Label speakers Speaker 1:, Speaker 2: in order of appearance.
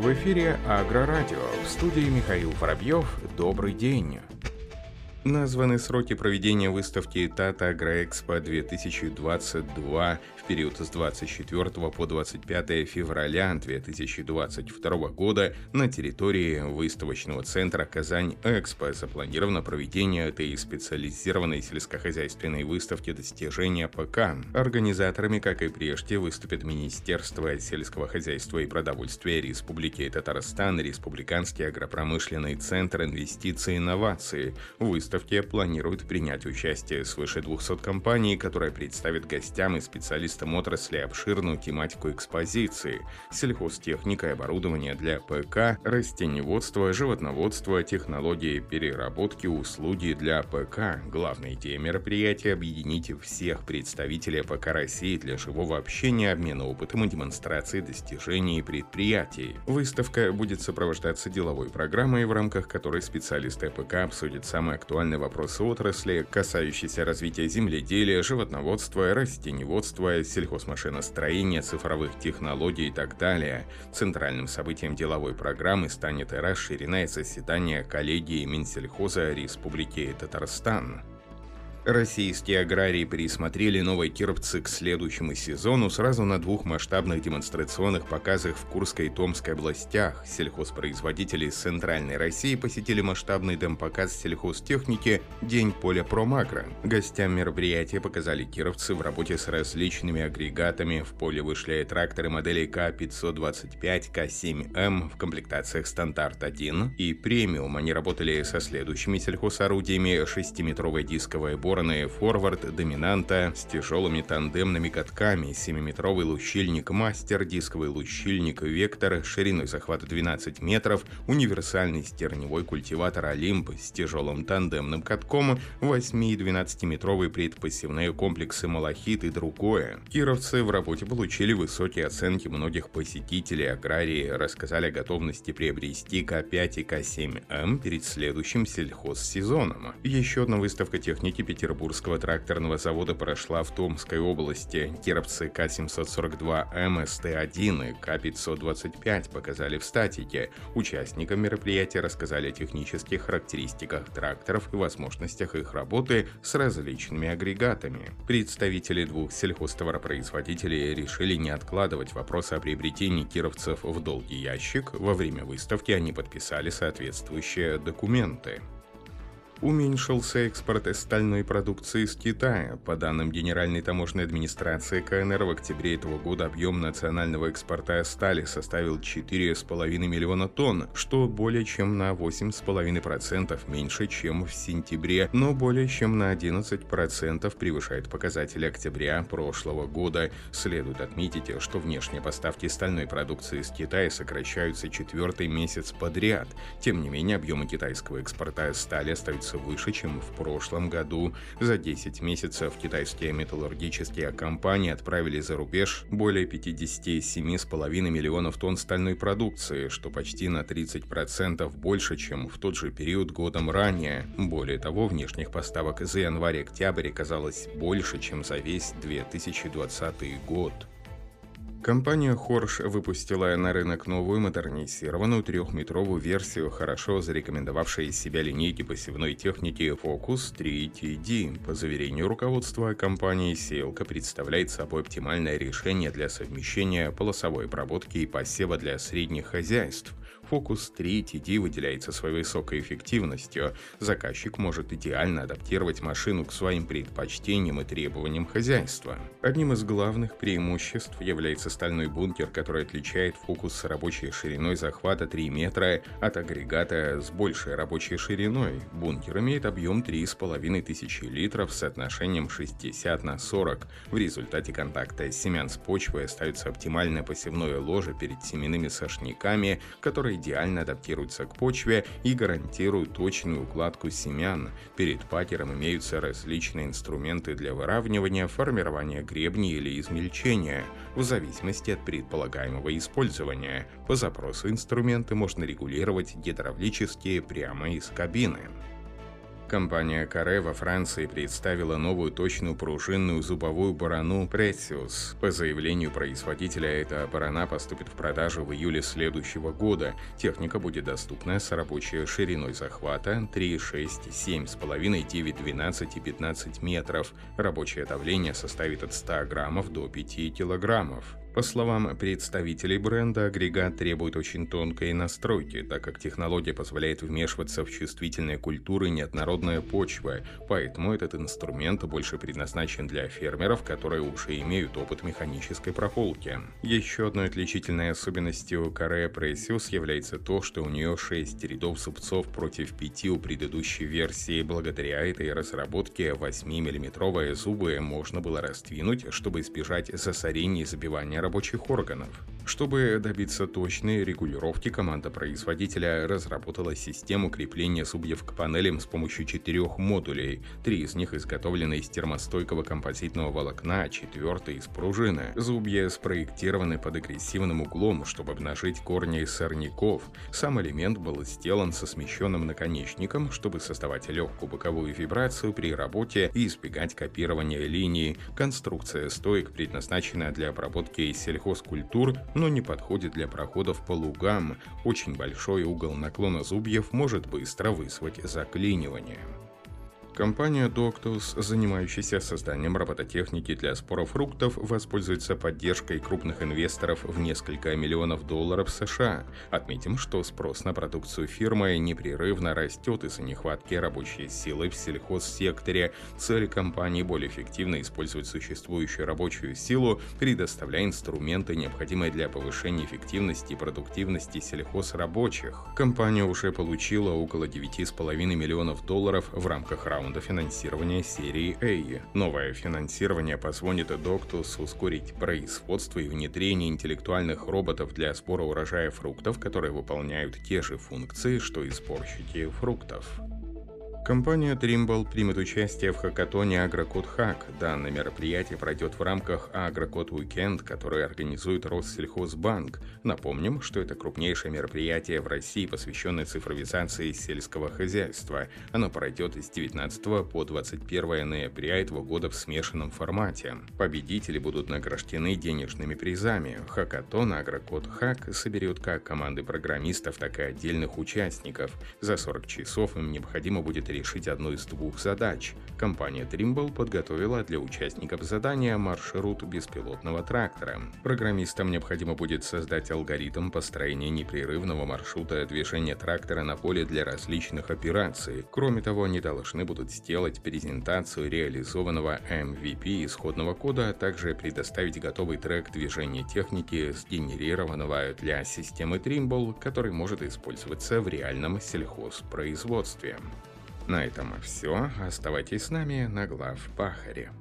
Speaker 1: В эфире Агрорадио. В студии Михаил Воробьев. Добрый день. Названы сроки проведения выставки Tata Agro-Expo 2022 в период с 24 по 25 февраля 2022 года на территории выставочного центра «Казань-Экспо». Запланировано проведение этой специализированной сельскохозяйственной выставки достижения ПК. Организаторами, как и прежде, выступят Министерство сельского хозяйства и продовольствия Республики Татарстан, Республиканский агропромышленный центр инвестиций и инноваций. В выставке планируют принять участие свыше 200 компаний, которые представят гостям и специалистам отрасли обширную тематику экспозиции: сельхозтехника и оборудование для ПК, растениеводство, животноводство, технологии переработки, услуги для ПК. Главная идея мероприятия — объединить всех представителей ПК России для живого общения, обмена опытом и демонстрации достижений предприятий. Выставка будет сопровождаться деловой программой, в рамках которой специалисты ПК обсудят самые актуальные вопросы отрасли, касающиеся развития земледелия, животноводства, растениеводства, сельхозмашиностроения, цифровых технологий и так далее. Центральным событием деловой программы станет расширенное заседание коллегии Минсельхоза Республики Татарстан. Российские аграрии пересмотрели новые Кировцы к следующему сезону сразу на двух масштабных демонстрационных показах в Курской и Томской областях. Сельхозпроизводители из Центральной России посетили масштабный демпоказ сельхозтехники «День поля Промагро». Гостям мероприятия показали кировцы в работе с различными агрегатами. В поле вышли тракторы моделей К525, К7М в комплектациях «Стандарт-1» и «Премиум». Они работали со следующими сельхозорудиями: 6-метровая дисковая бороны «Форвард», «Доминанта» с тяжелыми тандемными катками, 7-метровый лущильник «Мастер», дисковый лущильник «Вектор» шириной захвата 12 метров, универсальный стерневой культиватор «Олимп» с тяжелым тандемным катком, 8- и 12-метровые предпосевные комплексы «Малахит» и другое. Кировцы в работе получили высокие оценки многих посетителей. Аграрии рассказали о готовности приобрести К5 и К7М перед следующим сельхозсезоном. Еще одна выставка техники Петербургского тракторного завода прошла в Томской области. Кировцы К742М, СТ-1 и К525 показали в статике. Участникам мероприятия рассказали о технических характеристиках тракторов и возможностях их работы с различными агрегатами. Представители двух сельхозтоваропроизводителей решили не откладывать вопрос о приобретении кировцев в долгий ящик. Во время выставки они подписали соответствующие документы. Уменьшился экспорт стальной продукции из Китая. По данным Генеральной таможенной администрации КНР, в октябре этого года объем национального экспорта стали составил 4,5 миллиона тонн, что более чем на 8,5% меньше, чем в сентябре, но более чем на 11% превышает показатели октября прошлого года. Следует отметить, что внешние поставки стальной продукции из Китая сокращаются 4-й месяц подряд. Тем не менее, объемы китайского экспорта стали остаются выше, чем в прошлом году. За 10 месяцев китайские металлургические компании отправили за рубеж более 57,5 миллионов тонн стальной продукции, что почти на 30% больше, чем в тот же период годом ранее. Более того, внешних поставок за январь-октябрь оказалось больше, чем за весь 2020 год. Компания Хорш выпустила на рынок новую модернизированную 3-метровую версию хорошо зарекомендовавшей себя линейки посевной техники Focus 3 TD. По заверению руководства компании, сеялка представляет собой оптимальное решение для совмещения полосовой обработки и посева для средних хозяйств. Focus 3 TD выделяется своей высокой эффективностью. Заказчик может идеально адаптировать машину к своим предпочтениям и требованиям хозяйства. Одним из главных преимуществ является стальной бункер, который отличает Focus с рабочей шириной захвата 3 метра от агрегата с большей рабочей шириной. Бункер имеет объем 3500 литров с соотношением 60/40. В результате контакта семян с почвой остается оптимальное посевное ложе перед семенными сошняками, которые идеально адаптируются к почве и гарантируют точную укладку семян. Перед пакером имеются различные инструменты для выравнивания, формирования гребней или измельчения, в зависимости от предполагаемого использования. По запросу инструменты можно регулировать гидравлически прямо из кабины. Компания Carré во Франции представила новую точную пружинную зубовую барану Precious. По заявлению производителя, эта барана поступит в продажу в июле следующего года. Техника будет доступна с рабочей шириной захвата 3, 6, 7,5, 9, 12 и 15 метров. Рабочее давление составит от 100 граммов до 5 килограммов. По словам представителей бренда, агрегат требует очень тонкой настройки, так как технология позволяет вмешиваться в чувствительные культуры неоднородная почва, поэтому этот инструмент больше предназначен для фермеров, которые уже имеют опыт механической прополки. Еще одной отличительной особенностью Carré Precious является то, что у нее 6 рядов зубцов против 5 у предыдущей версии. Благодаря этой разработке 8-миллиметровые зубы можно было раздвинуть, чтобы избежать засорения и забивания рабочих органов. Чтобы добиться точной регулировки, команда производителя разработала систему крепления зубьев к панелям с помощью 4 модулей. 3 из них изготовлены из термостойкого композитного волокна, а 4 из пружины. Зубья спроектированы под агрессивным углом, чтобы обнажить корни сорняков. Сам элемент был сделан со смещенным наконечником, чтобы создавать легкую боковую вибрацию при работе и избегать копирования линий. Конструкция стоек предназначена для обработки сельхозкультур, но не подходит для проходов по лугам. Очень большой угол наклона зубьев может быстро вызвать заклинивание. Компания Doctus, занимающаяся созданием робототехники для спора фруктов, воспользуется поддержкой крупных инвесторов в несколько миллионов долларов США. Отметим, что спрос на продукцию фирмы непрерывно растет из-за нехватки рабочей силы в сельхозсекторе. Цель компании более эффективно использовать существующую рабочую силу, предоставляя инструменты, необходимые для повышения эффективности и продуктивности сельхозрабочих. Компания уже получила около 9,5 миллионов долларов в рамках раунда финансирования серии A. Новое финансирование позволит Doctus ускорить производство и внедрение интеллектуальных роботов для сбора урожая фруктов, которые выполняют те же функции, что и сборщики фруктов. Компания Trimble примет участие в хакатоне AgroCode Hack. Данное мероприятие пройдет в рамках AgroCode Weekend, который организует Россельхозбанк. Напомним, что это крупнейшее мероприятие в России, посвященное цифровизации сельского хозяйства. Оно пройдет с 19 по 21 ноября этого года в смешанном формате. Победители будут награждены денежными призами. Хакатон AgroCode Hack соберет как команды программистов, так и отдельных участников. За 40 часов им необходимо будет решить одну из 2 задач. Компания Trimble подготовила для участников задания маршрут беспилотного трактора. Программистам необходимо будет создать алгоритм построения непрерывного маршрута движения трактора на поле для различных операций. Кроме того, они должны будут сделать презентацию реализованного MVP исходного кода, а также предоставить готовый трек движения техники, сгенерированного для системы Trimble, который может использоваться в реальном сельхозпроизводстве. На этом все. Оставайтесь с нами на Главбахаре.